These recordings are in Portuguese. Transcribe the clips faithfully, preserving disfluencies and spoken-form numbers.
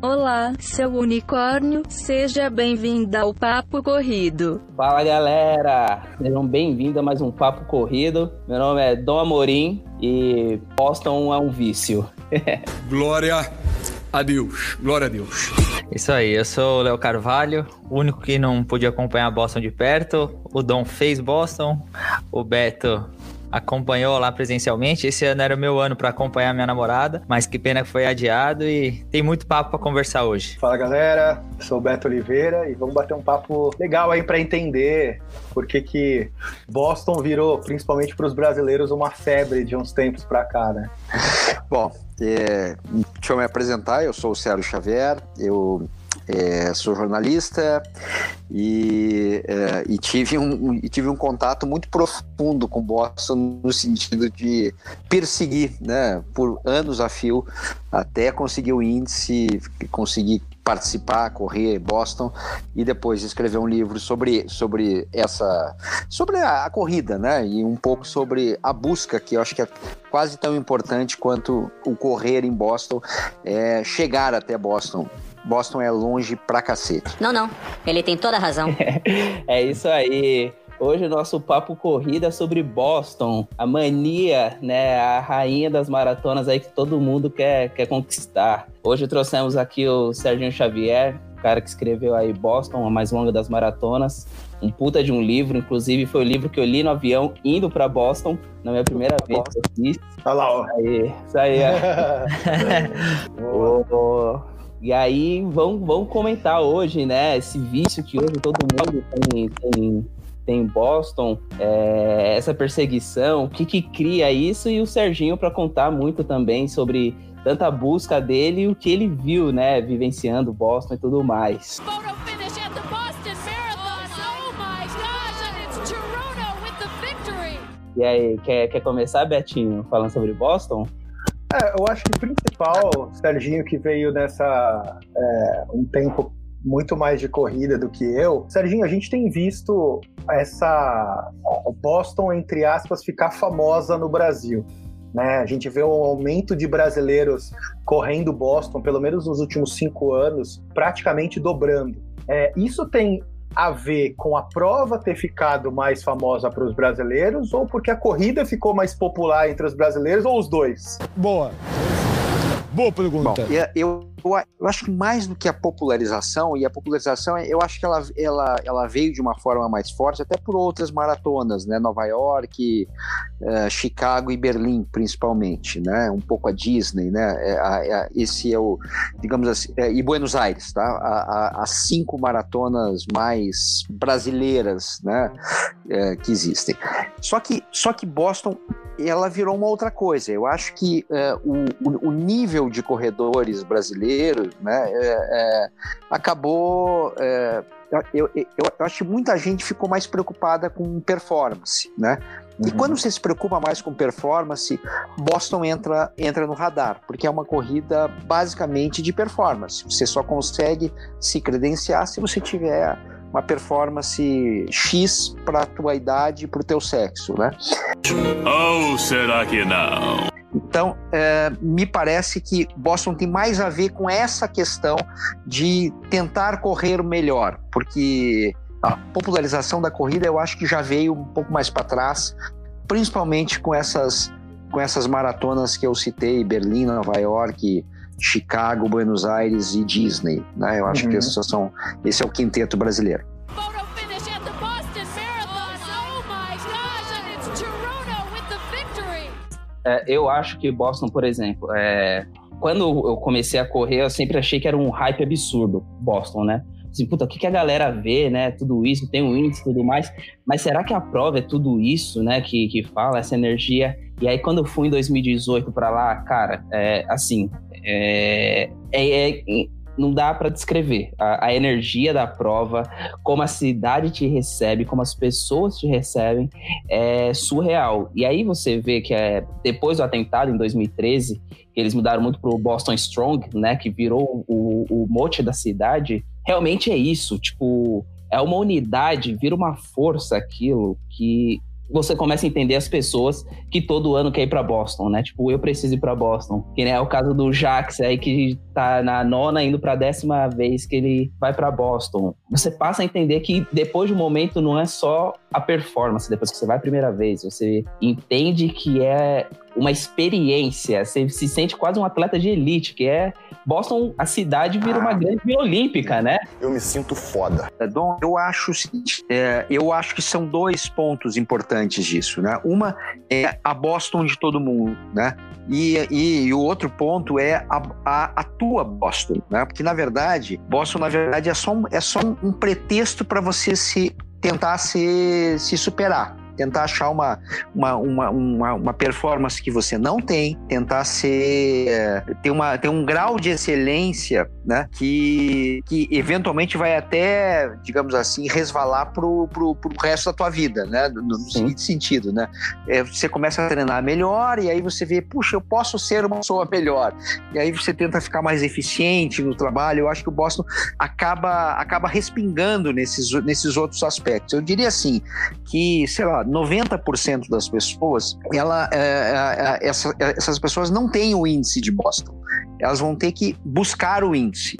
Olá, seu unicórnio, seja bem-vindo ao Papo Corrido. Fala galera, sejam bem-vindos a mais um Papo Corrido. Meu nome é Dom Amorim e Boston é um vício. Glória a Deus, glória a Deus. Isso aí, eu sou o Léo Carvalho, o único que não podia acompanhar Boston de perto. O Dom fez Boston, o Beto acompanhou lá presencialmente. Esse ano era o meu ano para acompanhar minha namorada, mas que pena que foi adiado e tem muito papo para conversar hoje. Fala galera, sou o Beto Oliveira e vamos bater um papo legal aí para entender por que que Boston virou, principalmente para os brasileiros, uma febre de uns tempos para cá, né? Bom, é, deixa eu me apresentar, eu sou o Sérgio Xavier, eu É, sou jornalista e, é, e, tive um, e tive um contato muito profundo com Boston no sentido de perseguir, né, por anos a fio até conseguir o índice, conseguir participar, correr Boston e depois escrever um livro sobre, sobre essa sobre a, a corrida, né, e um pouco sobre a busca, que eu acho que é quase tão importante quanto o correr em Boston, é chegar até Boston. Boston é longe pra cacete. Não, não. Ele tem toda a razão. É isso aí. Hoje o nosso Papo Corrida é sobre Boston, a mania, né, a rainha das maratonas aí que todo mundo quer, quer conquistar. Hoje trouxemos aqui o Serginho Xavier, o cara que escreveu aí Boston, a mais longa das maratonas. Um puta de um livro, inclusive foi o livro que eu li no avião indo pra Boston, na minha primeira vez que eu fiz. Olha lá, ó. Aí, isso aí, ó. oh, E aí, vamos, vamos comentar hoje, né, esse vício que hoje todo mundo tem, tem, tem em Boston, é, essa perseguição, o que que cria isso, e o Serginho para contar muito também sobre tanta busca dele e o que ele viu, né, vivenciando Boston e tudo mais. E aí, quer, quer começar, Betinho, falando sobre Boston? É, eu acho que o principal, Serginho, que veio nessa é, um tempo muito mais de corrida do que eu. Serginho, a gente tem visto essa Boston, entre aspas, ficar famosa no Brasil, né? A gente vê um aumento de brasileiros correndo Boston, pelo menos nos últimos cinco anos, praticamente dobrando. É, isso tem a ver com a prova ter ficado mais famosa para os brasileiros ou porque a corrida ficou mais popular entre os brasileiros, ou os dois? Boa. Boa pergunta. Bom, eu, eu, eu acho que mais do que a popularização, e a popularização, eu acho que ela, ela, ela veio de uma forma mais forte, até por outras maratonas, né? Nova York, uh, Chicago e Berlim, principalmente, né? Um pouco a Disney, né? É, a, é, esse é o, digamos assim, é, e Buenos Aires, tá? A, a, as cinco maratonas mais brasileiras, né? É, que existem. Só que, só que Boston, ela virou uma outra coisa. Eu acho que uh, o, o nível de corredores brasileiros, né, é, é, acabou... É, eu, eu, eu acho que muita gente ficou mais preocupada com performance, né? E uhum. Quando você se preocupa mais com performance, Boston entra, entra no radar, porque é uma corrida basicamente de performance. Você só consegue se credenciar se você tiver uma performance X para a tua idade e para o teu sexo, né? Ou será que não? Então, é, me parece que Boston tem mais a ver com essa questão de tentar correr melhor, porque a popularização da corrida eu acho que já veio um pouco mais para trás, principalmente com essas, com essas maratonas que eu citei, Berlim, Nova York, Chicago, Buenos Aires e Disney, né? Eu acho uhum. que esses são, esse é o quinteto brasileiro. É, eu acho que Boston, por exemplo, é, quando eu comecei a correr, eu sempre achei que era um hype absurdo, Boston, né? Assim, puta, o que, que a galera vê, né? Tudo isso, tem um índice e tudo mais, mas será que a prova é tudo isso, né? Que, que fala, essa energia? E aí, quando eu fui em dois mil e dezoito pra lá, cara, é, assim, é, é, é, não dá pra descrever a, a energia da prova, como a cidade te recebe, como as pessoas te recebem, é surreal. E aí você vê que é, depois do atentado, em dois mil e treze, eles mudaram muito pro Boston Strong, né? Que virou o, o mote da cidade. Realmente é isso, tipo, é uma unidade, vira uma força aquilo que você começa a entender as pessoas que todo ano quer ir pra Boston, né? Tipo, eu preciso ir pra Boston. Que nem é o caso do Jax aí, que tá na nona, indo pra décima vez que ele vai pra Boston. Você passa a entender que depois de um momento não é só a performance, depois que você vai a primeira vez, você entende que é uma experiência, você se sente quase um atleta de elite, que é Boston, a cidade vira uma grande Vila Olímpica, né? Eu me sinto foda. Dom, eu acho o seguinte, é, eu acho que são dois pontos importantes disso, né? Uma é a Boston de todo mundo, né? E, e, e o outro ponto é a, a, a tua Boston, né? Porque, na verdade, Boston, na verdade, é só um, é só um pretexto para você se, tentar se, se superar. Tentar achar uma, uma, uma, uma, uma performance que você não tem, tentar ser, é, ter, uma, ter um grau de excelência, né, que, que eventualmente vai até, digamos assim, resvalar pro, pro, pro resto da tua vida, né, no, no seguinte sentido, né, é, você começa a treinar melhor e aí você vê, puxa, eu posso ser uma pessoa melhor, e aí você tenta ficar mais eficiente no trabalho. Eu acho que o Boston acaba, acaba respingando nesses, nesses outros aspectos. Eu diria assim, que, sei lá, noventa por cento das pessoas, ela, é, é, essa, essas pessoas não têm o índice de Boston. Elas vão ter que buscar o índice.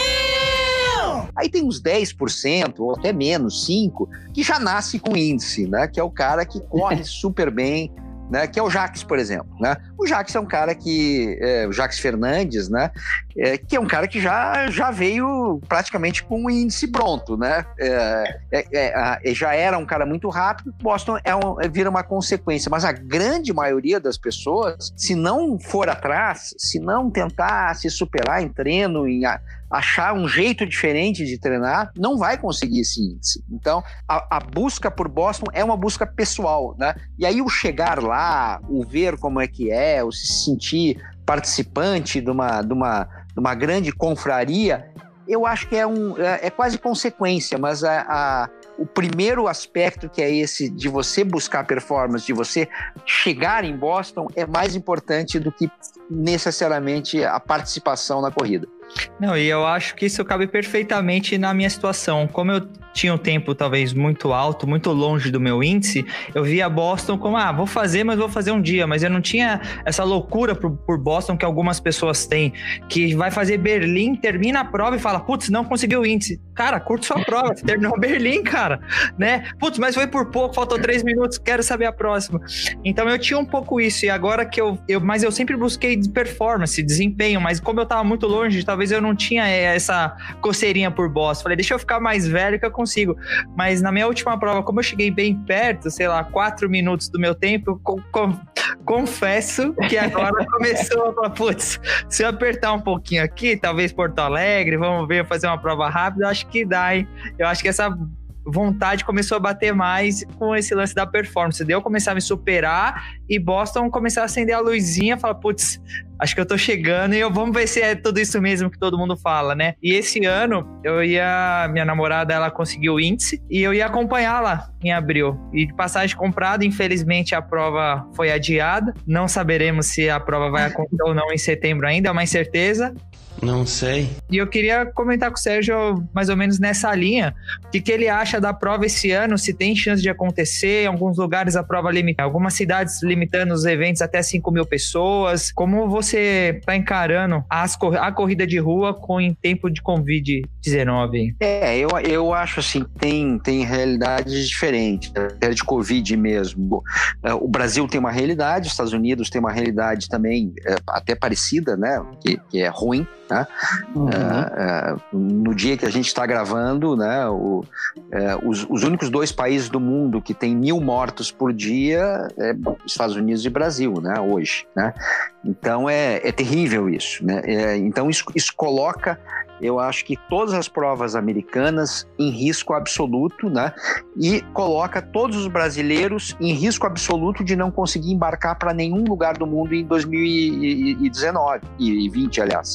Damn! Aí tem uns dez por cento, ou até menos, cinco por cento, que já nasce com índice, né? Que é o cara que corre super bem, né, que é o Jaques, por exemplo, né? O Jaques é um cara que, é, o Jaques Fernandes, né, é, que é um cara que já, já veio praticamente com o índice pronto, né? É, é, é, já era um cara muito rápido. Boston é um, é, vira uma consequência, mas a grande maioria das pessoas, se não for atrás, se não tentar se superar em treino, em a, achar um jeito diferente de treinar, não vai conseguir esse índice. Então, a, a busca por Boston é uma busca pessoal, né? E aí o chegar lá, o ver como é que é, o se sentir participante de uma, de uma, de uma grande confraria, eu acho que é, um, é, é quase consequência, mas a, a, o primeiro aspecto, que é esse de você buscar performance, de você chegar em Boston, é mais importante do que necessariamente a participação na corrida. Não, e eu acho que isso cabe perfeitamente na minha situação. Como eu tinha um tempo talvez muito alto, muito longe do meu índice, eu via Boston como, ah, vou fazer, mas vou fazer um dia. Mas eu não tinha essa loucura por, por Boston que algumas pessoas têm, que vai fazer Berlim, termina a prova e fala, putz, não conseguiu o índice. Cara, curte sua prova, você terminou Berlim, cara, né? Putz, mas foi por pouco, faltou três minutos, quero saber a próxima. Então eu tinha um pouco isso, e agora que eu, eu mas eu sempre busquei performance, desempenho, mas como eu tava muito longe, talvez eu não tinha essa coceirinha por Boston. Falei, deixa eu ficar mais velho que eu consigo. Mas na minha última prova, como eu cheguei bem perto, sei lá, quatro minutos do meu tempo, eu com, confesso que agora começou a falar, putz, se eu apertar um pouquinho aqui, talvez Porto Alegre, vamos ver, fazer uma prova rápida, acho que dá, hein? Eu acho que essa vontade começou a bater mais com esse lance da performance. Daí eu começar a me superar e Boston começar a acender a luzinha, falar, putz, acho que eu tô chegando e eu, vamos ver se é tudo isso mesmo que todo mundo fala, né? E esse ano eu ia, minha namorada, ela conseguiu o índice e eu ia acompanhá-la em abril. E de passagem comprada, infelizmente a prova foi adiada. Não saberemos se a prova vai acontecer ou não em setembro ainda, é uma incerteza. Não sei. E eu queria comentar com o Sérgio mais ou menos nessa linha, o que, que ele acha da prova esse ano, se tem chance de acontecer, em alguns lugares a prova limita, algumas cidades limitando os eventos até cinco mil pessoas. Como você está encarando as, a corrida de rua com em tempo de covid dezenove? É, eu, eu acho assim, tem, tem realidades diferentes, até de Covid mesmo. O Brasil tem uma realidade, os Estados Unidos tem uma realidade também é, até parecida, né, que, que é ruim. Né? Uhum. Uh, uh, no dia que a gente está gravando, né, o, uh, os, os únicos dois países do mundo que tem mil mortos por dia é Estados Unidos e Brasil, né, hoje, né? Então é, é terrível isso, né? É, então isso, isso coloca, eu acho que todas as provas americanas em risco absoluto, né? E coloca todos os brasileiros em risco absoluto de não conseguir embarcar para nenhum lugar do mundo em dois mil e dezenove e vinte, aliás,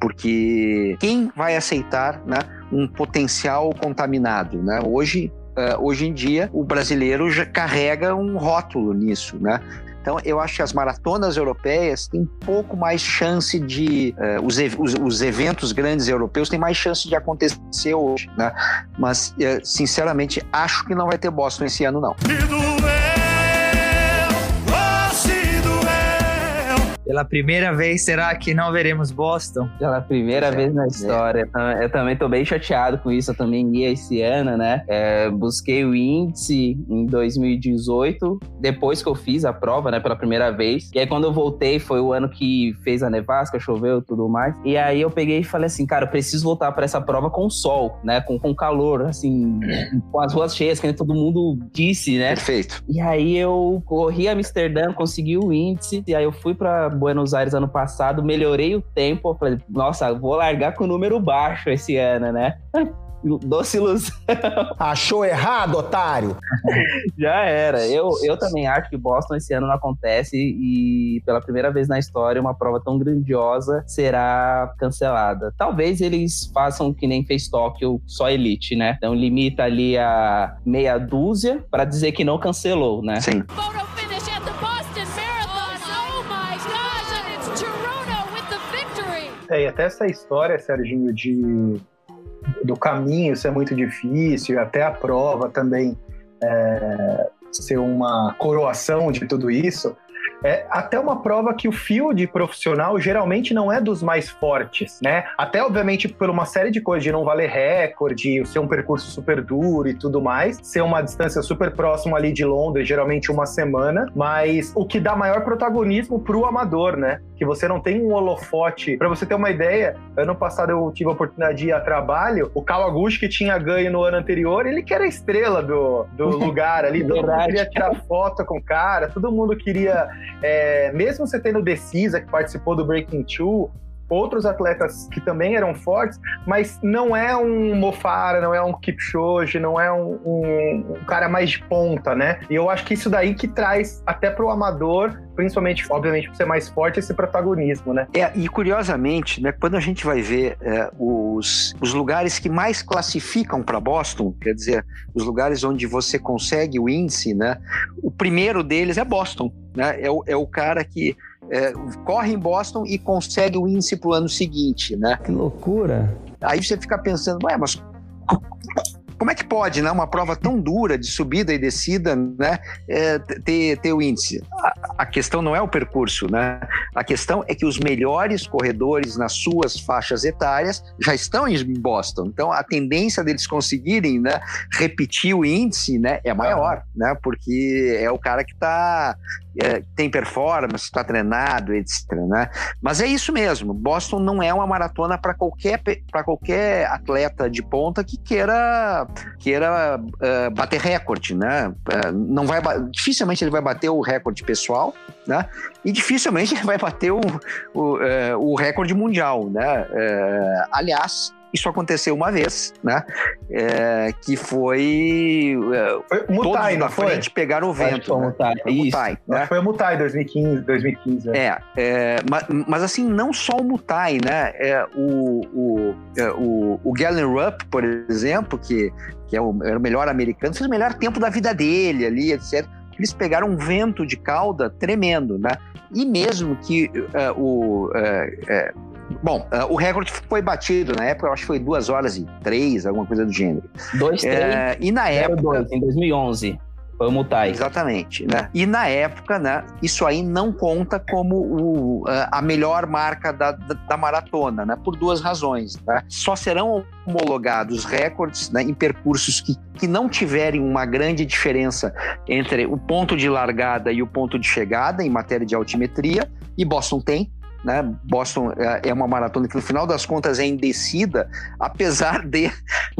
porque quem vai aceitar, né, um potencial contaminado, né? Hoje, uh, hoje em dia, o brasileiro já carrega um rótulo nisso, né? Então, eu acho que as maratonas europeias têm um pouco mais chance de... Uh, os, os, os eventos grandes europeus têm mais chance de acontecer hoje, né? Mas, uh, sinceramente, acho que não vai ter Boston esse ano, não. Pela primeira vez, será que não veremos Boston? Pela primeira é, vez na história. É. Eu também tô bem chateado com isso. Eu também ia esse ano, né? É, busquei o índice em dois mil e dezoito, depois que eu fiz a prova, né? Pela primeira vez. E aí, quando eu voltei, foi o ano que fez a nevasca, choveu e tudo mais. E aí, eu peguei e falei assim, cara, eu preciso voltar pra essa prova com sol, né? Com, com calor, assim, com as ruas cheias, que todo mundo disse, né? Perfeito. E aí, eu corri a Amsterdã, consegui o índice. E aí, eu fui pra Buenos Aires ano passado, melhorei o tempo. Eu falei, nossa, vou largar com o número baixo esse ano, né? Doce ilusão. Achou errado, otário? Já era. Eu, eu também acho que Boston esse ano não acontece e pela primeira vez na história uma prova tão grandiosa será cancelada. Talvez eles façam que nem fez Tóquio, só elite, né? Então limita ali a meia dúzia para dizer que não cancelou, né? Sim. É, e até essa história, Serginho, de, do caminho ser muito difícil, até a prova também é, ser uma coroação de tudo isso, é até uma prova que o field profissional geralmente não é dos mais fortes, né? Até, obviamente, por uma série de coisas de não valer recorde, ser um percurso super duro e tudo mais, ser uma distância super próxima ali de Londres, geralmente uma semana, mas o que dá maior protagonismo pro amador, né? Que você não tem um holofote. Pra você ter uma ideia, ano passado eu tive a oportunidade de ir a trabalho, o Kawaguchi, que tinha ganho no ano anterior, ele que era a estrela do, do lugar ali, todo mundo queria tirar foto com o cara, todo mundo queria... É, mesmo você tendo o Decisa, que participou do Breaking Two, outros atletas que também eram fortes, mas não é um Mo Farah, não é um Kipchoge, não é um, um, um cara mais de ponta, né? E eu acho que isso daí que traz até pro amador, principalmente, obviamente, por ser mais forte, esse protagonismo, né? É, e curiosamente, né, quando a gente vai ver é, os, os lugares que mais classificam para Boston, quer dizer, os lugares onde você consegue o índice, né? O primeiro deles é Boston, né? É o, é o cara que É, corre em Boston e consegue o índice pro ano seguinte, né? Que loucura! Aí você fica pensando, ué, mas como é que pode, né? Uma prova tão dura de subida e descida, né? É, ter, ter o índice? A, a questão não é o percurso, né? A questão é que os melhores corredores nas suas faixas etárias já estão em Boston. Então, a tendência deles conseguirem, né, repetir o índice, né, é maior, né? Porque é o cara que está... É, tem performance, está treinado, etcétera, né? Mas é isso mesmo, Boston não é uma maratona para qualquer, para qualquer atleta de ponta que queira, queira uh, bater recorde, né? Uh, não vai, dificilmente ele vai bater o recorde pessoal, né? E dificilmente ele vai bater o, o, uh, o recorde mundial, né? Uh, aliás, isso aconteceu uma vez, né? É, que foi... Foi o Mutai, não foi? Frente pegaram o vento. Foi o Mutai, né? Isso. Mutai, né? Foi o Mutai, dois mil e quinze, dois mil e quinze. É, é, é mas, mas assim, não só o Mutai, né? É, o, o, o, o Galen Rupp, por exemplo, que, que é o, era o melhor americano, fez o melhor tempo da vida dele ali, etcétera. Eles pegaram um vento de cauda tremendo, né? E mesmo que uh, o... Uh, uh, Bom, uh, o recorde foi batido na época, eu acho que foi duas horas e três, alguma coisa do gênero. dois, três, é, e na época... dois, em dois mil e onze, foi o Mutai. Exatamente, né? E na época, né, isso aí não conta como o, a melhor marca da, da, da maratona, né? Por duas razões, né? Só serão homologados recordes, né, em percursos que, que não tiverem uma grande diferença entre o ponto de largada e o ponto de chegada em matéria de altimetria, e Boston tem. Né? Boston é uma maratona que no final das contas é em descida, apesar de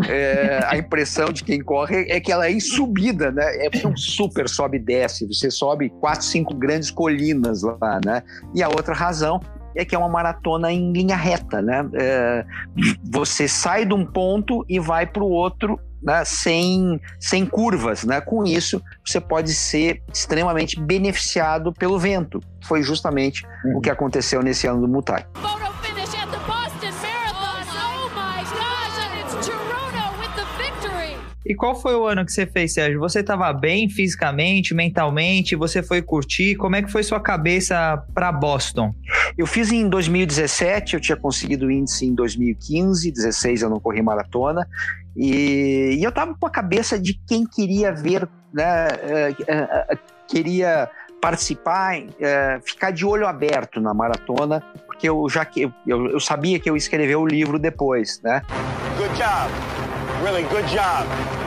é, a impressão de quem corre é que ela é em subida, né? É um super sobe e desce, você sobe quatro, cinco grandes colinas lá, né? E a outra razão é que é uma maratona em linha reta, né? É, você sai de um ponto e vai para o outro, né, sem, sem curvas, né? Com isso, você pode ser extremamente beneficiado pelo vento. Foi justamente uhum. o que aconteceu nesse ano do Mutai. E qual foi o ano que você fez, Sérgio? Você estava bem fisicamente, mentalmente? Você foi curtir? Como é que foi sua cabeça para Boston? Eu fiz em dois mil e dezessete, eu tinha conseguido o índice em dois mil e quinze, dezesseis eu não corri maratona. E, e eu estava com a cabeça de quem queria ver, né, uh, uh, uh, queria participar, é, ficar de olho aberto na maratona, porque eu já eu, eu sabia que eu ia escrever o livro depois, né? Good job, really good job.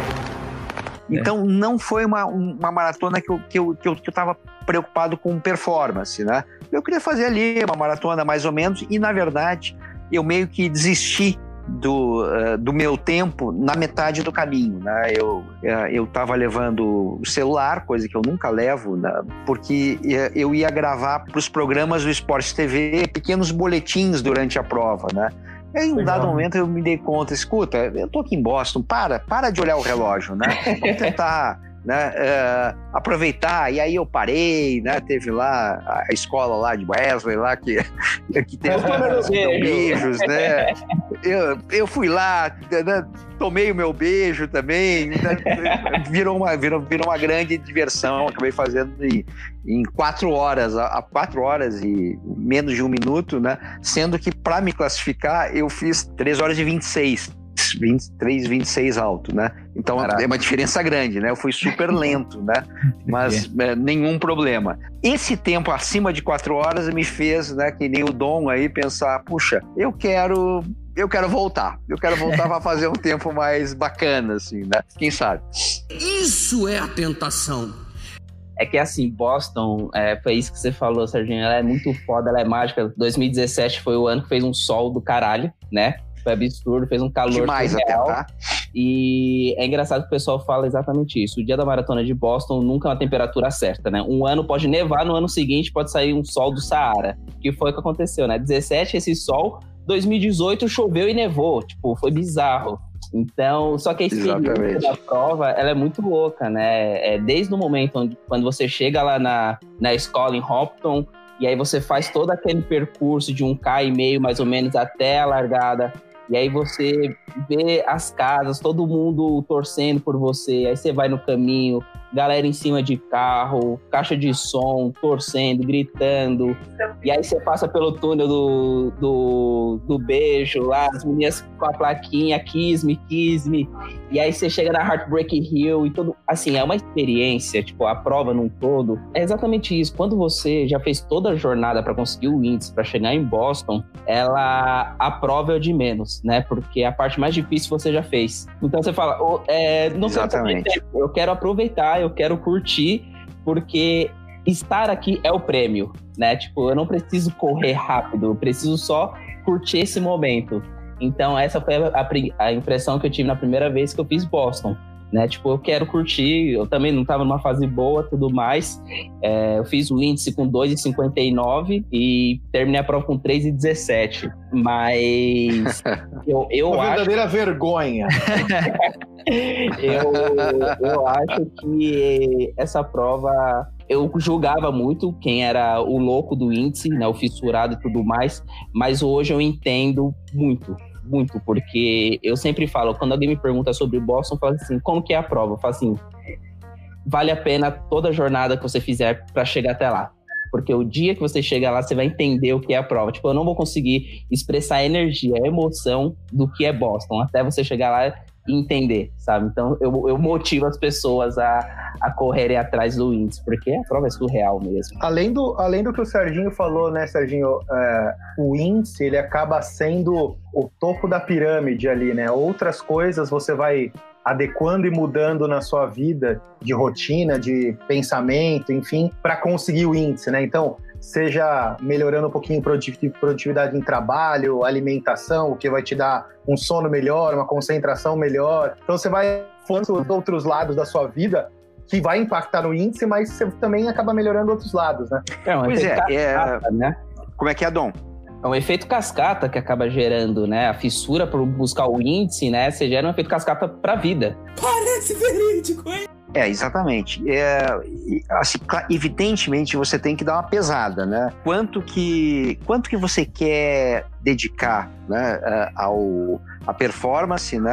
Então não foi uma, uma maratona que eu, que, eu, que, eu, que eu tava preocupado com performance, né? Eu queria fazer ali uma maratona mais ou menos e, na verdade, eu meio que desisti do, uh, do meu tempo na metade do caminho, né? Eu uh, eu tava levando o celular, coisa que eu nunca levo, né? Porque eu ia gravar para os programas do Esporte T V pequenos boletins durante a prova, né? E em um dado momento eu me dei conta, escuta, eu tô aqui em Boston, para, para de olhar o relógio, né? Vamos tentar, né, uh, aproveitar. E aí eu parei, né? Teve lá a escola lá de Wesley, lá que, que teve os beijos, né? Eu, eu fui lá, né, tomei o meu beijo também, né? virou, uma, virou, virou uma grande diversão. Acabei fazendo em, em quatro horas, a, a quatro horas e menos de um minuto, né? Sendo que para me classificar eu fiz três horas e vinte e seis. vinte e três, vinte e seis alto, né? Então Caraca. É uma diferença grande, né? Eu fui super lento, né? Mas é, nenhum problema. Esse tempo acima de quatro horas me fez, né? Que nem o Dom aí pensar, puxa, eu quero, eu quero voltar. Eu quero voltar para fazer um tempo mais bacana, assim, né? Quem sabe? Isso é a tentação. É que assim, Boston, é, foi isso que você falou, Serginho, ela é muito foda, ela é mágica. dois mil e dezessete foi o ano que fez um sol do caralho, né? Foi absurdo, fez um calor demais surreal. até, tá? E é engraçado que o pessoal fala exatamente isso. O dia da maratona de Boston nunca é uma temperatura certa, né? Um ano pode nevar, no ano seguinte pode sair um sol do Saara, que foi o que aconteceu, né? dezessete, esse sol, dois mil e dezoito choveu e nevou, tipo, foi bizarro. Então, só que a experiência Exatamente. da prova, ela é muito louca, né? É desde o momento onde, quando você chega lá na, na escola em Hopton, e aí você faz todo aquele percurso de um K e meio, mais ou menos, até a largada. E aí você vê as casas, todo mundo torcendo por você. Aí você vai no caminho, galera em cima de carro, caixa de som, torcendo, gritando. E aí você passa pelo túnel do, do, do beijo lá, as meninas com a plaquinha, kiss me, kiss me. E aí você chega na Heartbreak Hill e tudo. Assim, é uma experiência, tipo, a prova num todo. É exatamente isso. Quando você já fez toda a jornada para conseguir o índice, para chegar em Boston, ela, a prova é o de menos, né? Porque a parte mais difícil você já fez. Então você fala, oh, é, não Exatamente. eu quero aproveitar, eu quero curtir, porque estar aqui é o prêmio, né? Tipo, eu não preciso correr rápido, eu preciso só curtir esse momento. Então essa foi a, a impressão que eu tive na primeira vez que eu fiz Boston, né? Tipo, eu quero curtir, eu também não estava numa fase boa, tudo mais. É, eu fiz o índice com dois e cinquenta e nove e terminei a prova com três e dezessete, mas eu, eu uma acho... verdadeira vergonha. eu, eu acho que essa prova... Eu julgava muito quem era o louco do índice, né, o fissurado e tudo mais, mas hoje eu entendo muito, muito, porque eu sempre falo, quando alguém me pergunta sobre Boston, eu falo assim, como que é a prova? Eu falo assim, vale a pena toda a jornada que você fizer para chegar até lá. Porque o dia que você chegar lá, você vai entender o que é a prova. Tipo, eu não vou conseguir expressar a energia, a emoção do que é Boston, até você chegar lá e entender, sabe? Então, eu, eu motivo as pessoas a, a correrem atrás do índice, porque a prova é surreal mesmo. Além do, além do que o Serginho falou, né, Serginho? É, o índice, ele acaba sendo o topo da pirâmide ali, né? Outras coisas você vai adequando e mudando na sua vida de rotina, de pensamento, enfim, para conseguir o índice, né? Então, seja melhorando um pouquinho produtividade em trabalho, alimentação, o que vai te dar um sono melhor, uma concentração melhor. Então você vai falando os outros lados da sua vida que vai impactar no índice, mas você também acaba melhorando outros lados, né? É, um pois efeito é, cascata, é... né? Como é que é, Dom? É um efeito cascata que acaba gerando, né? A fissura por buscar o índice, né? Você gera um efeito cascata pra vida. Parece verídico, hein? É, exatamente. É, assim, evidentemente, você tem que dar uma pesada, né? Quanto que, quanto que você quer dedicar, né, ao, a performance, né?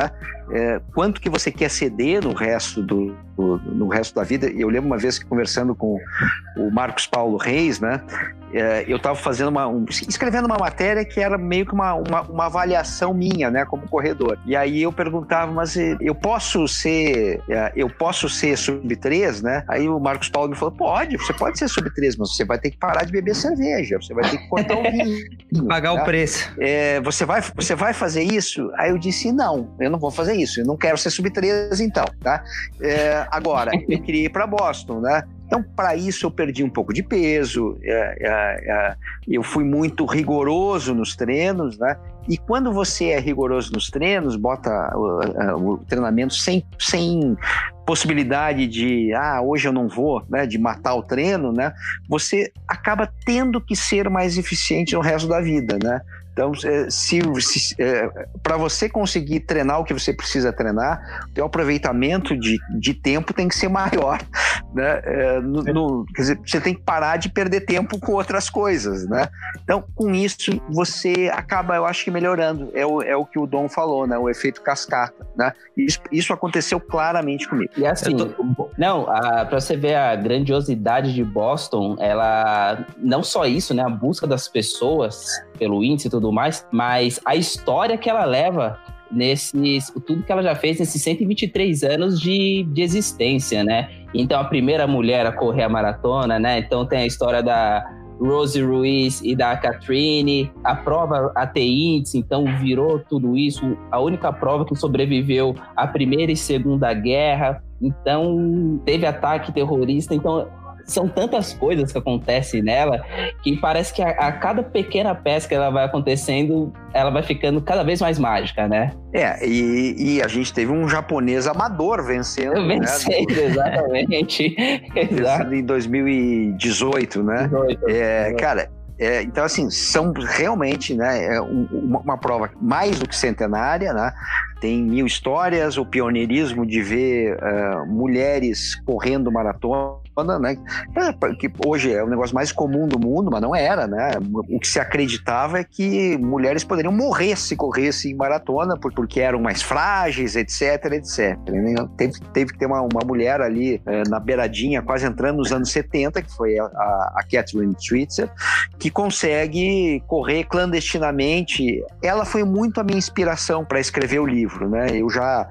é, quanto que você quer ceder no resto, do, do, no resto da vida. Eu lembro uma vez que conversando com o Marcos Paulo Reis, né, é, eu estava fazendo uma, um, escrevendo uma matéria que era meio que uma, uma, uma avaliação minha, né, como corredor. E aí eu perguntava, mas eu posso ser, eu posso ser sub três, né? Aí o Marcos Paulo me falou, pode, você pode ser sub três, mas você vai ter que parar de beber cerveja, você vai ter que cortar o vinho. Pagar tá? o preço. É, você, vai, você vai fazer isso? Aí eu disse, não, eu não vou fazer isso, eu não quero ser sub três então, tá? É, agora, eu queria ir para Boston, né? Então, para isso, eu perdi um pouco de peso, é, é, é, eu fui muito rigoroso nos treinos, né? E quando você é rigoroso nos treinos, bota o, o treinamento sem, sem possibilidade de, ah, hoje eu não vou, né? De matar o treino, né? Você acaba tendo que ser mais eficiente no resto da vida, né? Então, se, se, é, para você conseguir treinar o que você precisa treinar, o teu aproveitamento de, de tempo tem que ser maior, né? É, no, no, quer dizer, você tem que parar de perder tempo com outras coisas, né? Então, com isso, você acaba, eu acho que melhorando. É o, é o que o Dom falou, né? O efeito cascata, né? Isso, isso aconteceu claramente comigo. E assim, tô... não, para você ver a grandiosidade de Boston, ela, não só isso, né? A busca das pessoas pelo índice e tudo mais, mas a história que ela leva nesses, tudo que ela já fez nesses cento e vinte e três anos de, de existência, né? Então, a primeira mulher a correr a maratona, né? Então, tem a história da Rosie Ruiz e da Catherine, a prova a ter índice, então virou tudo isso, a única prova que sobreviveu à Primeira e Segunda Guerra, então teve ataque terrorista, então são tantas coisas que acontecem nela que parece que a, a cada pequena peça que ela vai acontecendo, ela vai ficando cada vez mais mágica, né? É, e, e a gente teve um japonês amador vencendo. Vencendo, né? Exatamente. Exato. Em dois mil e dezoito, né? dezoito, é, dezoito. Cara, é, então assim, são realmente, né, é uma, uma prova mais do que centenária, né? Tem mil histórias, o pioneirismo de ver uh, mulheres correndo maratona, né? Que hoje é o negócio mais comum do mundo, mas não era, né? O que se acreditava é que mulheres poderiam morrer se corressem em maratona, porque eram mais frágeis, etc, etc. Teve, teve que ter uma, uma mulher ali uh, na beiradinha, quase entrando nos anos setenta, que foi a, a, a Catherine Switzer, que consegue correr clandestinamente. Ela foi muito a minha inspiração para escrever o livro. Né? Eu já,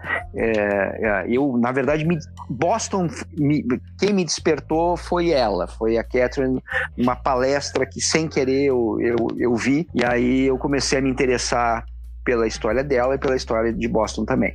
é, eu na verdade, me, Boston, me, quem me despertou foi ela, foi a Catherine, uma palestra que sem querer eu, eu, eu vi, e aí eu comecei a me interessar pela história dela e pela história de Boston também.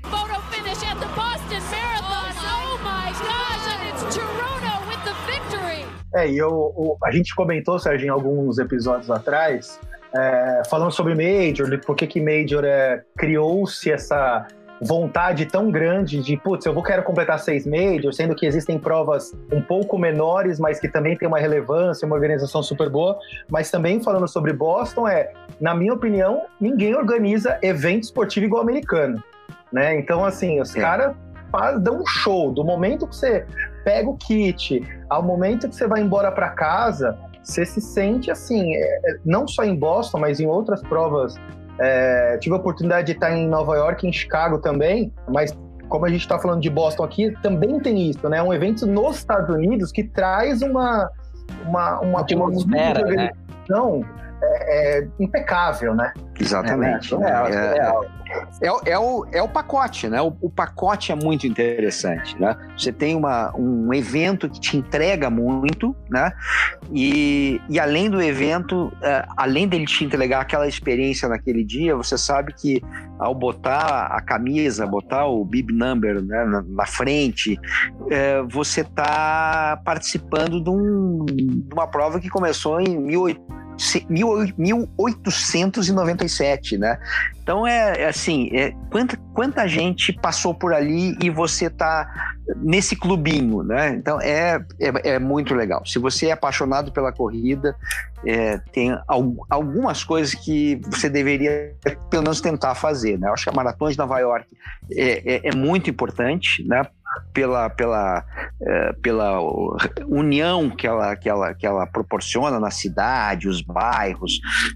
É, e eu, eu, a gente comentou, Serginho, alguns episódios atrás, É, falando sobre Major, de por que que Major é, criou-se essa vontade tão grande de, putz, eu vou quero completar seis Majors, sendo que existem provas um pouco menores, mas que também tem uma relevância, uma organização super boa. Mas também falando sobre Boston, é, na minha opinião, ninguém organiza evento esportivo igual americano, né? Então, assim, os é. caras dão um show, do momento que você pega o kit ao momento que você vai embora para casa, você se sente assim, é, não só em Boston, mas em outras provas. É, tive a oportunidade de estar em Nova York, em Chicago também, mas como a gente está falando de Boston aqui, também tem isso, né? É um evento nos Estados Unidos que traz uma uma uma atmosfera, uma né? é, é impecável, né? Exatamente. É, é, é, é, É, é, o, é o pacote, né? O, o pacote é muito interessante, né? Você tem uma, um evento que te entrega muito, né? E, e além do evento, uh, além dele te entregar aquela experiência naquele dia, você sabe que ao botar a camisa, botar o bib number, né, na, na frente, uh, você está participando de, um, de uma prova que começou em mil oitocentos e noventa e sete, né? Então é, é assim, é, quanta, quanta gente passou por ali e você tá nesse clubinho, né? Então é, é, é muito legal. Se você é apaixonado pela corrida, é, tem al, algumas coisas que você deveria pelo menos tentar fazer, né? Eu acho que a Maratona de Nova York é, é, é muito importante, né? Pela, pela, é, pela união que ela, que, ela, que ela proporciona na cidade, os bairros, é,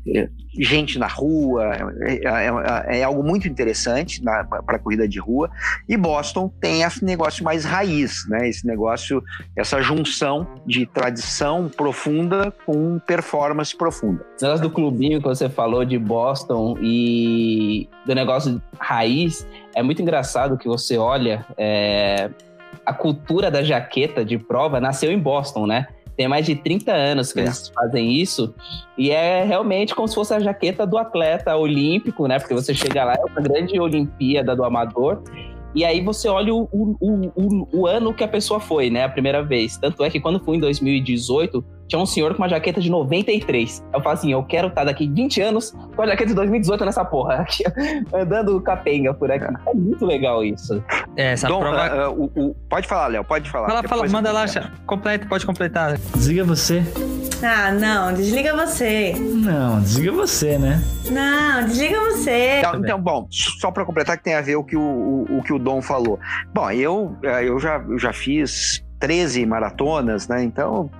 gente na rua, é, é, é algo muito interessante para a corrida de rua. E Boston tem esse negócio mais raiz, né? Esse negócio, essa junção de tradição profunda com performance profunda. O negócio do clubinho que você falou de Boston e do negócio raiz, é muito engraçado que você olha, é, a cultura da jaqueta de prova nasceu em Boston, né? Tem mais de trinta anos que é. eles fazem isso, e é realmente como se fosse a jaqueta do atleta olímpico, né? Porque você chega lá, é uma grande Olimpíada do amador, e aí você olha o, o, o, o ano que a pessoa foi, né? A primeira vez. Tanto é que quando fui em dois mil e dezoito, tinha um senhor com uma jaqueta de noventa e três. Eu falo assim, eu quero estar daqui vinte anos com a jaqueta de dois mil e dezoito nessa porra, aqui, andando capenga por aqui. É muito legal isso. É, essa Dom, prova... uh, uh, uh, pode falar, Léo, pode falar. Fala, fala, manda lá, completa, pode completar. Desliga você. Ah, não, desliga você. Não, desliga você, né? Não, desliga você. Então, então bom, só para completar que tem a ver o que o, o, o que o Dom falou. Bom, eu, eu, já, eu já fiz treze maratonas, né? Então,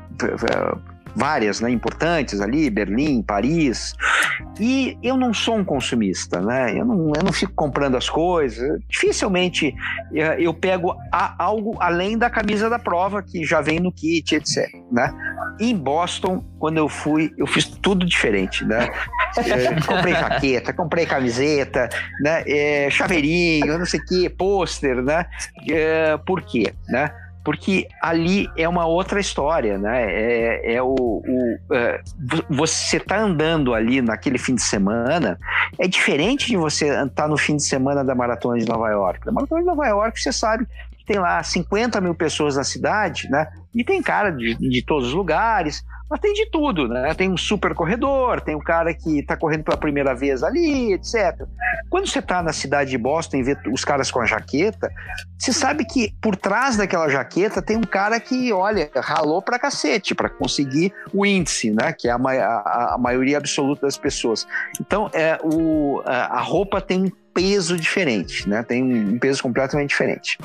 várias, né, importantes ali, Berlim, Paris, e eu não sou um consumista, né? Eu não, eu não fico comprando as coisas. Dificilmente eu pego algo além da camisa da prova, que já vem no kit, etcétera, né? Em Boston, quando eu fui, eu fiz tudo diferente, né? É, comprei jaqueta, comprei camiseta, né? É, chaveirinho, não sei o que, pôster, né? É, por quê, né? Porque ali é uma outra história, né? É, é o, o é, você tá andando ali naquele fim de semana, é diferente de você estar no fim de semana da Maratona de Nova York. Na Maratona de Nova York, você sabe que tem lá cinquenta mil pessoas na cidade, né? E tem cara de, de todos os lugares, mas tem de tudo, né? Tem um super corredor, tem um cara que tá correndo pela primeira vez ali, etcétera. Quando você tá na cidade de Boston e vê os caras com a jaqueta, você sabe que por trás daquela jaqueta tem um cara que, olha, ralou pra cacete pra conseguir o índice, né? Que é a, a, a maioria absoluta das pessoas. Então, é, o, a roupa tem um peso diferente, né? Tem um peso completamente diferente.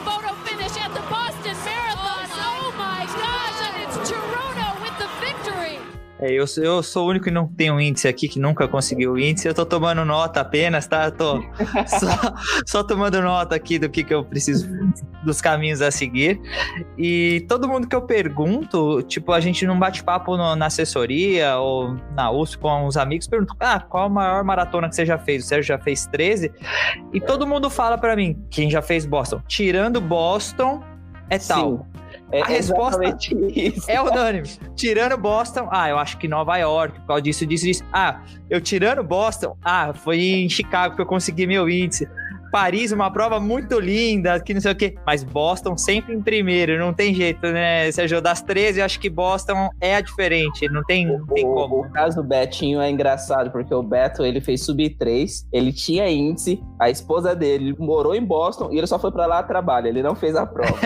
É, eu, eu sou o único que não tem um índice aqui, que nunca conseguiu o índice. Eu tô tomando nota apenas, tá? Eu tô só, só tomando nota aqui do que, que eu preciso, dos caminhos a seguir. E todo mundo que eu pergunto, tipo, a gente num bate-papo no, na assessoria ou na U S P com os amigos, pergunto, ah, qual a maior maratona que você já fez? O Sérgio já fez treze. E todo mundo fala pra mim, quem já fez Boston, tirando Boston, é tal. Sim. É a resposta isso. é unânime. Tirando Boston, ah, eu acho que Nova York, por causa disso, disso, disso. Ah, eu tirando Boston, ah, foi em Chicago que eu consegui meu índice. Paris, uma prova muito linda, que não sei o quê. Mas Boston sempre em primeiro, não tem jeito, né, Sérgio? Das treze, eu acho que Boston é a diferente, não tem, não tem o, como. O caso do Betinho é engraçado, porque o Beto, ele fez sub três, ele tinha índice, a esposa dele morou em Boston e ele só foi pra lá a trabalho, ele não fez a prova.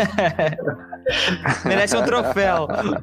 Merece um troféu.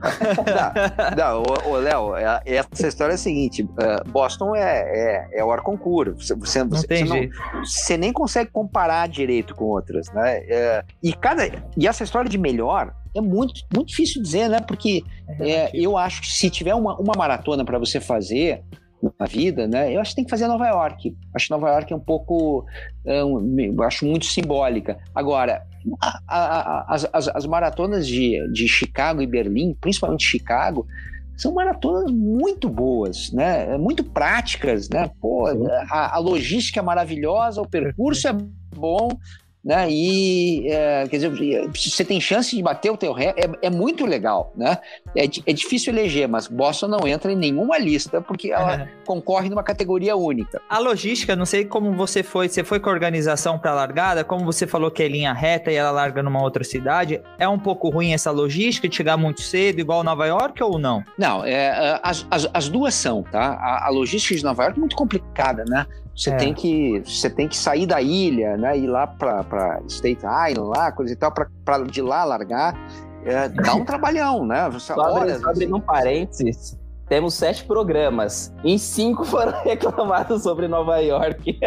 Não, não, ô Léo, essa história é a seguinte, uh, Boston é, é, é o Arconcura, você, você, não você, tem você, jeito. não, você nem consegue comparar direito com outras, né? É, e, cada, e essa história de melhor é muito, muito difícil dizer, né? Porque é, eu acho que se tiver uma, uma maratona para você fazer na vida, né? Eu acho que tem que fazer Nova York. Acho que Nova York é um pouco, é, um, eu acho muito simbólica. Agora, a, a, a, as, as, as maratonas de, de Chicago e Berlim, principalmente Chicago, são maratonas muito boas, né? Muito práticas, né? Pô, a, a logística é maravilhosa, o percurso é bom, né? E é, quer dizer, você tem chance de bater o teu recorde, é, é muito legal, né? É, é difícil eleger, mas Boston não entra em nenhuma lista porque ela é. concorre numa categoria única. A logística, não sei como você foi, você foi com a organização para a largada, como você falou que é linha reta e ela larga numa outra cidade, é um pouco ruim essa logística de chegar muito cedo, igual Nova York, ou não? Não, é, as, as, as duas são, tá? A, a logística de Nova York é muito complicada, né? Você, é. tem que, você tem que sair da ilha, né? Ir lá para State Island, lá, coisa e tal, para de lá largar. É, dá um trabalhão, né? Você, só olha, abrindo um parênteses, temos sete programas. Em cinco foram reclamados sobre Nova York.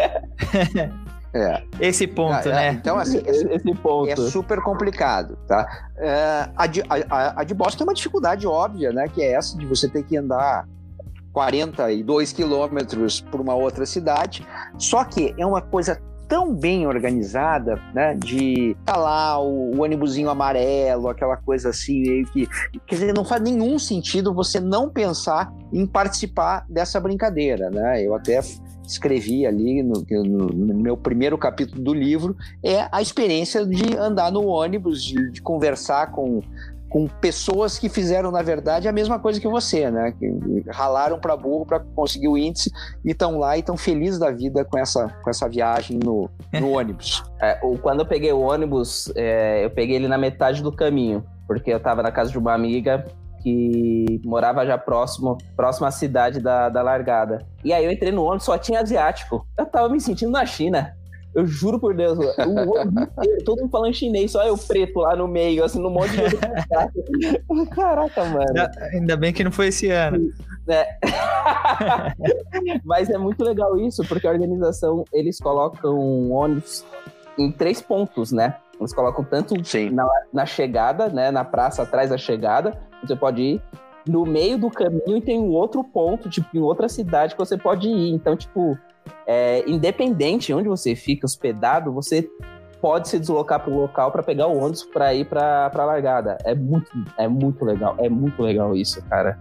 É. Esse ponto, é, né? Então, assim, esse, esse ponto é super complicado, tá? É, a, de, a, a de Boston tem uma dificuldade óbvia, né? Que é essa de você ter que andar quarenta e dois quilômetros para uma outra cidade, só que é uma coisa tão bem organizada, né, de tá lá o, o ônibusinho amarelo, aquela coisa assim, meio que, quer dizer, não faz nenhum sentido você não pensar em participar dessa brincadeira, né, eu até escrevi ali no, no, no meu primeiro capítulo do livro, é a experiência de andar no ônibus, de, de conversar com com pessoas que fizeram, na verdade, a mesma coisa que você, né? Que ralaram para burro para conseguir o índice e estão lá e estão felizes da vida com essa, com essa viagem no, no ônibus. É, quando eu peguei o ônibus, é, eu peguei ele na metade do caminho, porque eu estava na casa de uma amiga que morava já próximo, próximo à cidade da, da largada. E aí eu entrei no ônibus, só tinha asiático. Eu tava me sentindo na China. Eu juro por Deus, o ônibus inteiro, todo mundo falando chinês, só eu preto lá no meio, assim, no monte de... Caraca, mano. Ainda, ainda bem que não foi esse ano. É. Mas é muito legal isso, porque a organização, eles colocam ônibus em três pontos, né? Eles colocam tanto na, na chegada, né? Na praça atrás da chegada, você pode ir no meio do caminho e tem um outro ponto, tipo, em outra cidade que você pode ir. Então, tipo, é, independente de onde você fica hospedado, você pode se deslocar para o local para pegar o ônibus para ir para a largada. É muito, é muito legal, é muito legal isso, cara.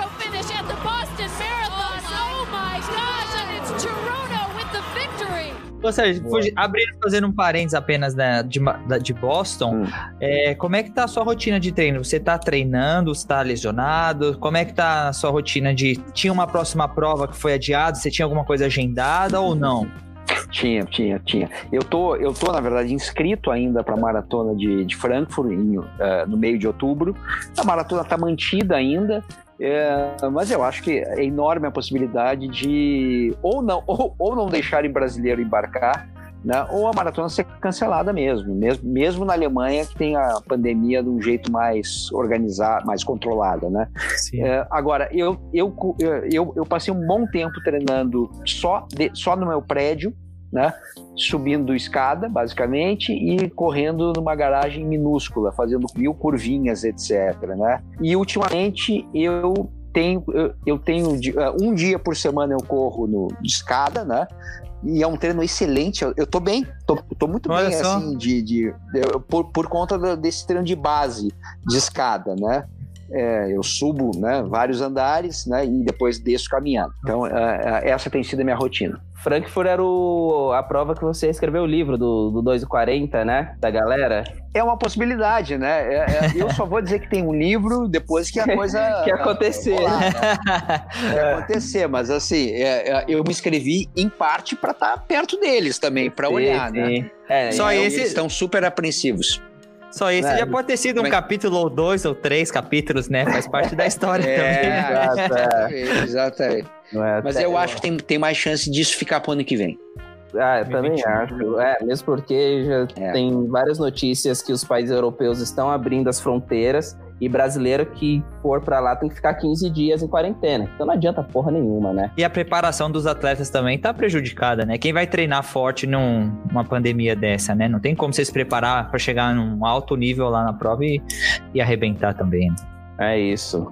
Ou seja, abrindo, fazendo um parênteses apenas né, de, de Boston, hum. é, como é que tá a sua rotina de treino? Você tá treinando, você tá lesionado? Como é que tá a sua rotina de... Tinha uma próxima prova que foi adiada? Você tinha alguma coisa agendada ou não? Tinha, tinha, tinha. Eu tô, eu tô na verdade, inscrito ainda para a maratona de, de Frankfurt em, uh, no meio de outubro. A maratona tá mantida ainda. É, mas eu acho que é enorme a possibilidade de ou não, ou, ou não deixarem brasileiro embarcar, né, ou a maratona ser cancelada mesmo, mesmo, mesmo na Alemanha, que tem a pandemia de um jeito mais organizado, mais controlada, né? É, agora, eu, eu, eu, eu passei um bom tempo treinando só, de, só no meu prédio, né, subindo escada, basicamente, e correndo numa garagem minúscula, fazendo mil curvinhas, etcétera, né? E ultimamente eu tenho, eu, eu tenho um dia por semana eu corro no, de escada, né? E é um treino excelente. Eu, eu tô bem, tô, tô muito Olha bem, só. assim, de, de, de, por, por conta desse treino de base de escada, né? É, eu subo, né, vários andares, né, e depois desço caminhando. Então, é, é, essa tem sido a minha rotina. Frankfurt era o, a prova que você escreveu o livro do, do dois e quarenta, né, da galera? É uma possibilidade, né? É, é, eu só vou dizer que tem um livro depois que a coisa... que acontecer. Rolar, né? Que acontecer, mas assim, é, é, eu me inscrevi em parte para estar perto deles também, para olhar, sim, né? É, só é, esse... Eles estão super apreensivos. Só esse é, já pode ter sido um mas... capítulo ou dois ou três capítulos, né? Faz parte da história é, também. Exatamente, exatamente. É, mas eu acho que tem, tem mais chance disso ficar pro ano que vem. Ah, eu também acho. É, mesmo porque já é. tem várias notícias que os países europeus estão abrindo as fronteiras e brasileiro que for pra lá tem que ficar quinze dias em quarentena. Então não adianta porra nenhuma, né? E a preparação dos atletas também tá prejudicada, né? Quem vai treinar forte num, numa pandemia dessa, né? Não tem como você se preparar pra chegar num alto nível lá na prova e, e arrebentar também. Né? É isso.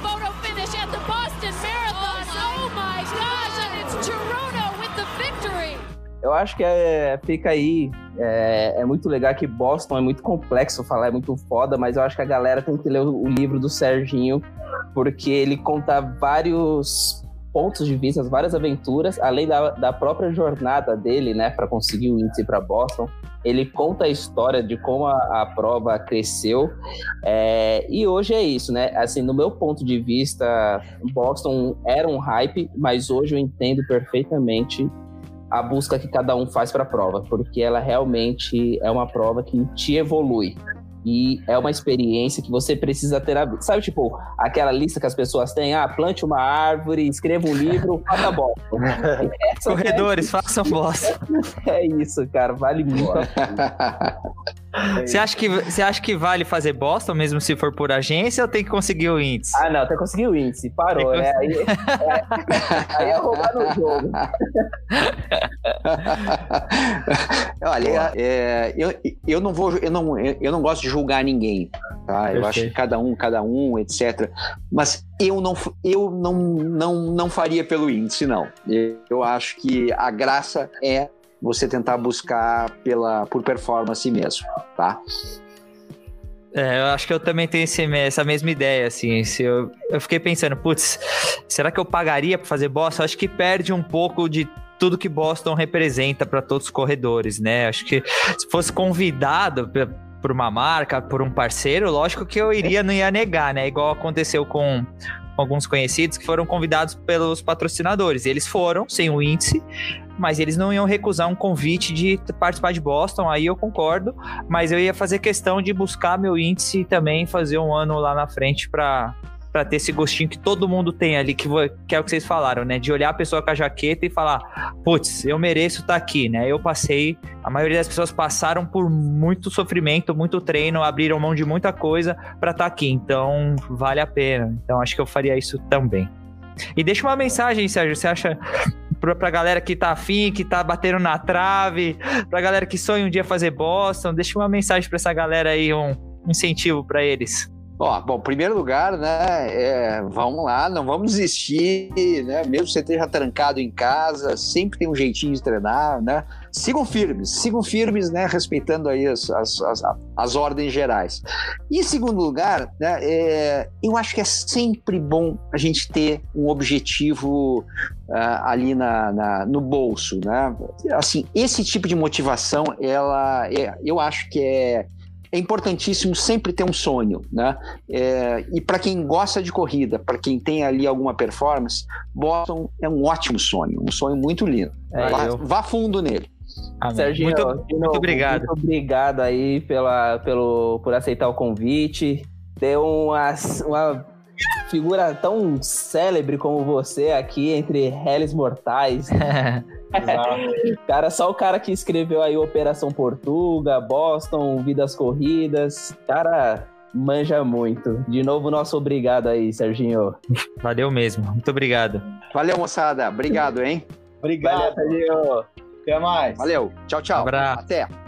Eu acho que é, fica aí, é, é muito legal que Boston é muito complexo falar, é muito foda, mas eu acho que a galera tem que ler o, o livro do Serginho, porque ele conta vários pontos de vista, várias aventuras, além da, da própria jornada dele, né, para conseguir o índice para Boston. Ele conta a história de como a, a prova cresceu, é, e hoje é isso, né, assim, no meu ponto de vista, Boston era um hype, mas hoje eu entendo perfeitamente a busca que cada um faz para a prova, porque ela realmente é uma prova que te evolui e é uma experiência que você precisa ter, a... sabe, tipo, aquela lista que as pessoas têm, ah, plante uma árvore, escreva um livro, faça bosta. Corredores, é... façam bosta. É isso, cara, vale muito. Você acha, que, você acha que vale fazer Boston mesmo se for por agência ou tem que conseguir o índice? Ah, não, tem que conseguir o índice, parou, né? Aí é, aí é roubar no jogo. Olha, é, eu, eu, não vou, eu, não, eu não gosto de julgar ninguém, Tá? Eu acho que cada um, cada um, etcétera. Mas eu não, eu não, não, não faria pelo índice, não. Eu acho que a graça é você tentar buscar pela, por performance mesmo, tá? É, eu acho que eu também tenho esse, essa mesma ideia, assim, se eu, eu fiquei pensando, putz, será que eu pagaria para fazer Boston? Acho que perde um pouco de tudo que Boston representa para todos os corredores, né? Acho que se fosse convidado por uma marca, por um parceiro, lógico que eu iria, não ia negar, né? Igual aconteceu com alguns conhecidos que foram convidados pelos patrocinadores. Eles foram, sem o índice, mas eles não iam recusar um convite de participar de Boston, aí eu concordo, mas eu ia fazer questão de buscar meu índice e também fazer um ano lá na frente para para ter esse gostinho que todo mundo tem ali, que, que é o que vocês falaram, né? De olhar a pessoa com a jaqueta e falar, putz, eu mereço estar aqui, né? Eu passei, a maioria das pessoas passaram por muito sofrimento, muito treino, abriram mão de muita coisa para estar aqui, então vale a pena. Então acho que eu faria isso também. E deixa uma mensagem, Sérgio, você acha... Pra, pra galera que tá afim, que tá batendo na trave, pra galera que sonha um dia fazer Boston, deixa uma mensagem pra essa galera aí, um incentivo pra eles. Ó, bom, em primeiro lugar, né, é, vamos lá, não vamos desistir, né, mesmo que você esteja trancado em casa, sempre tem um jeitinho de treinar, né, sigam firmes, sigam firmes, né, respeitando aí as, as, as, as ordens gerais. E em segundo lugar, né, é, eu acho que é sempre bom a gente ter um objetivo uh, ali na, na, no bolso, né, assim, esse tipo de motivação, ela, é, eu acho que é É importantíssimo sempre ter um sonho, né? É, e para quem gosta de corrida, para quem tem ali alguma performance, Boston é um ótimo sonho, um sonho muito lindo. É, vá, eu... vá fundo nele. Serginho, muito, muito, muito obrigado. Muito obrigado aí pela, pelo, por aceitar o convite. Ter uma, uma figura tão célebre como você aqui entre réis mortais. Cara, só o cara que escreveu aí Operação Portuga, Boston, Vidas Corridas. Cara, manja muito. De novo, nosso obrigado aí, Serginho. Valeu mesmo. Muito obrigado. Valeu, moçada. Obrigado, hein? Obrigado, Serginho. Até mais. Valeu. Tchau, tchau. Um abraço. Até.